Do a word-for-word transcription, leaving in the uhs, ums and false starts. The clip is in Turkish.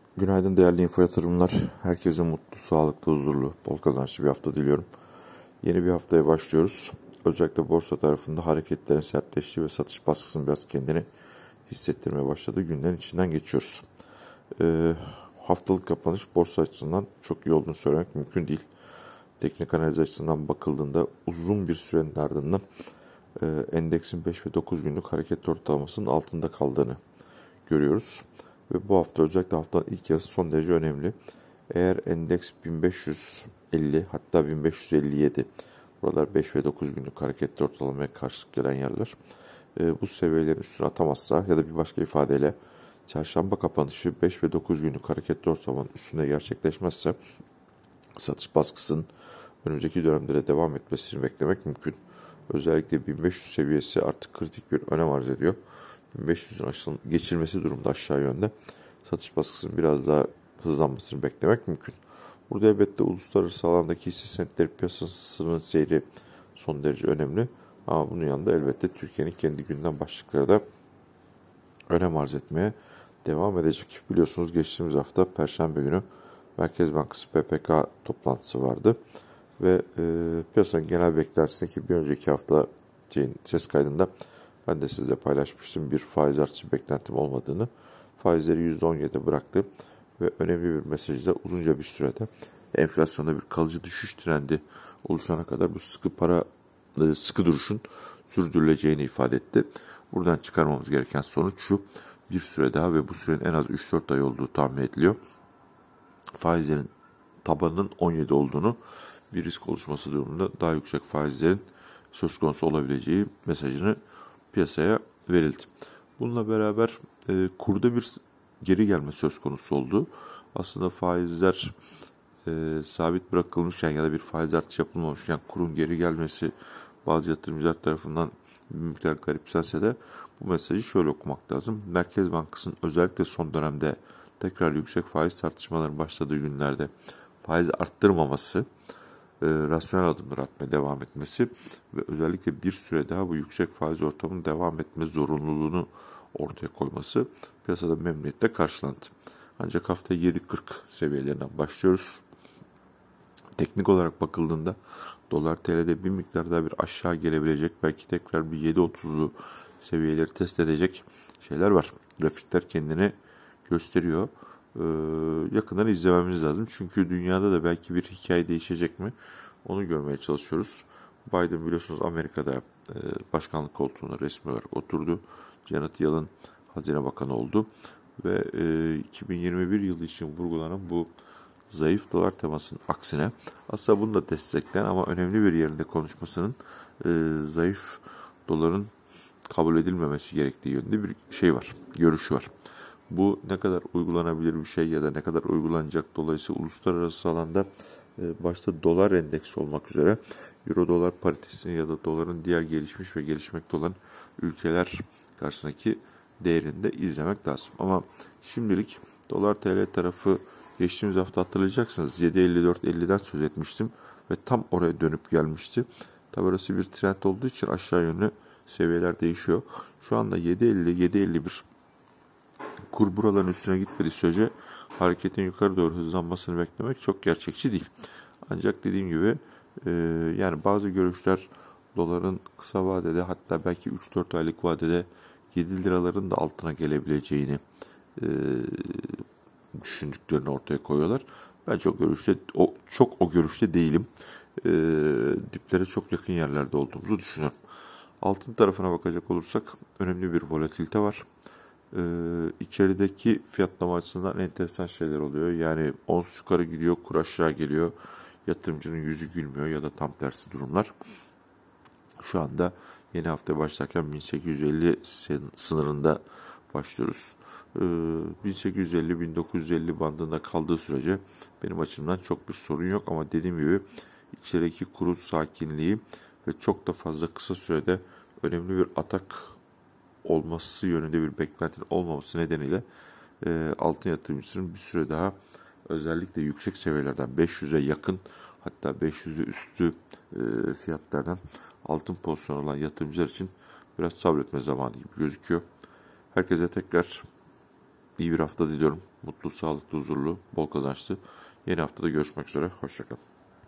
Günaydın değerli info yatırımlar. Herkese mutlu, sağlıklı, huzurlu, bol kazançlı bir hafta diliyorum. Yeni bir haftaya başlıyoruz. Özellikle borsa tarafında hareketlerin sertleştiği ve satış baskısının biraz kendini hissettirmeye başladığı günlerin içinden geçiyoruz. Ee, haftalık kapanış borsa açısından çok iyi olduğunu söylemek mümkün değil. Teknik analiz açısından bakıldığında uzun bir sürenin ardından e, endeksin beş ve dokuz günlük hareket ortalamasının altında kaldığını görüyoruz. Ve bu hafta özellikle haftanın ilk yarısı son derece önemli. Eğer endeks bin beş yüz elli hatta bin beş yüz elli yedi, buralar beş ve dokuz günlük hareketli ortalamaya karşılık gelen yerler, e, bu seviyelerin üstüne atamazsa ya da bir başka ifadeyle çarşamba kapanışı beş ve dokuz günlük hareketli ortalamanın üstünde gerçekleşmezse satış baskısının önümüzdeki dönemlere devam etmesini beklemek mümkün. Özellikle bin beş yüz seviyesi artık kritik bir önem arz ediyor. bin beş yüzün aşılım, geçilmesi durumda aşağı yönde satış baskısının biraz daha hızlanmasını beklemek mümkün. Burada elbette uluslararası alandaki hisse senetleri piyasasının seyri son derece önemli. Ama bunun yanında elbette Türkiye'nin kendi gündem başlıkları da önem arz etmeye devam edecek. Biliyorsunuz geçtiğimiz hafta Perşembe günü Merkez Bankası P P K toplantısı vardı. Ve e, piyasanın genel beklentisindeki bir önceki hafta şeyin ses kaydında ben de sizle paylaşmıştım bir faiz artışı beklentim olmadığını. Faizleri yüzde on yedi bıraktı ve önemli bir mesajda uzunca bir sürede enflasyonda bir kalıcı düşüş trendi oluşana kadar bu sıkı para sıkı duruşun sürdürüleceğini ifade etti. Buradan çıkarmamız gereken sonuç şu: bir süre daha ve bu sürenin en az üç dört ay olduğu tahmin ediliyor. Faizlerin tabanının on yedi olduğunu, bir risk oluşması durumunda daha yüksek faizlerin söz konusu olabileceği mesajını piyasaya verildi. Bununla beraber e, kurda bir geri gelme söz konusu oldu. Aslında faizler e, sabit bırakılmışken ya da bir faiz artışı yapılmamışken kurun geri gelmesi bazı yatırımcılar tarafından bir miktar garipsense de bu mesajı şöyle okumak lazım. Merkez Bankası'nın özellikle son dönemde tekrar yüksek faiz tartışmaları başladığı günlerde faiz arttırmaması, e, rasyonel adımlar atmaya devam etmesi ve özellikle bir süre daha bu yüksek faiz ortamının devam etme zorunluluğunu ortaya koyması piyasada memnuniyetle karşılandı. Ancak haftaya yedi kırk seviyelerinden başlıyoruz. Teknik olarak bakıldığında dolar T L'de bir miktar daha bir aşağı gelebilecek, belki tekrar bir yedi otuzlu seviyeleri test edecek şeyler var. Grafikler kendini gösteriyor. Ee, yakından izlememiz lazım. Çünkü dünyada da belki bir hikaye değişecek mi? Onu görmeye çalışıyoruz. Biden biliyorsunuz Amerika'da e, başkanlık koltuğuna resmi olarak oturdu. Janet Yellen Hazine Bakanı oldu. Ve e, iki bin yirmi bir yılı için vurgulanan bu zayıf dolar temasının aksine aslında bunu da destekleyen ama önemli bir yerinde konuşmasının e, zayıf doların kabul edilmemesi gerektiği yönünde bir şey var, görüşü var. Bu ne kadar uygulanabilir bir şey ya da ne kadar uygulanacak, dolayısıyla uluslararası alanda e, başta dolar endeksi olmak üzere euro dolar paritesini ya da doların diğer gelişmiş ve gelişmekte olan ülkeler karşısındaki değerini de izlemek lazım. Ama şimdilik dolar T L tarafı geçtiğimiz hafta hatırlayacaksınız yedi elli dört elliden söz etmiştim ve tam oraya dönüp gelmişti. Tabi orası bir trend olduğu için aşağı yönlü seviyeler değişiyor. Şu anda yedi elli yedi elli bir kur buraların üstüne gitmediği sürece hareketin yukarı doğru hızlanmasını beklemek çok gerçekçi değil. Ancak dediğim gibi e, yani bazı görüşler doların kısa vadede, hatta belki üç dört aylık vadede yedi liraların da altına gelebileceğini e, düşündüklerini ortaya koyuyorlar. Ben çok görüşte o çok o görüşte değilim. E, diplere çok yakın yerlerde olduğumuzu düşünüyorum. Altın tarafına bakacak olursak önemli bir volatilite var. Ee, içerideki fiyatlama açısından enteresan şeyler oluyor. Yani ons yukarı gidiyor, kur aşağı geliyor. Yatırımcının yüzü gülmüyor ya da tam tersi durumlar. Şu anda yeni hafta başlarken bin sekiz yüz elli sınırında başlıyoruz. Ee, bin sekiz yüz elli bin dokuz yüz elli bandında kaldığı sürece benim açımdan çok bir sorun yok. Ama dediğim gibi içerideki kurun sakinliği ve çok da fazla kısa sürede önemli bir atak olması yönünde bir beklentinin olmaması nedeniyle e, altın yatırımcısının bir süre daha özellikle yüksek seviyelerden beş yüze yakın, hatta beş yüzü üstü e, fiyatlardan altın pozisyonu olan yatırımcılar için biraz sabretme zamanı gibi gözüküyor. Herkese tekrar iyi bir hafta diliyorum. mutlu, sağlıklı, huzurlu, bol kazançlı yeni haftada görüşmek üzere. Hoşçakalın.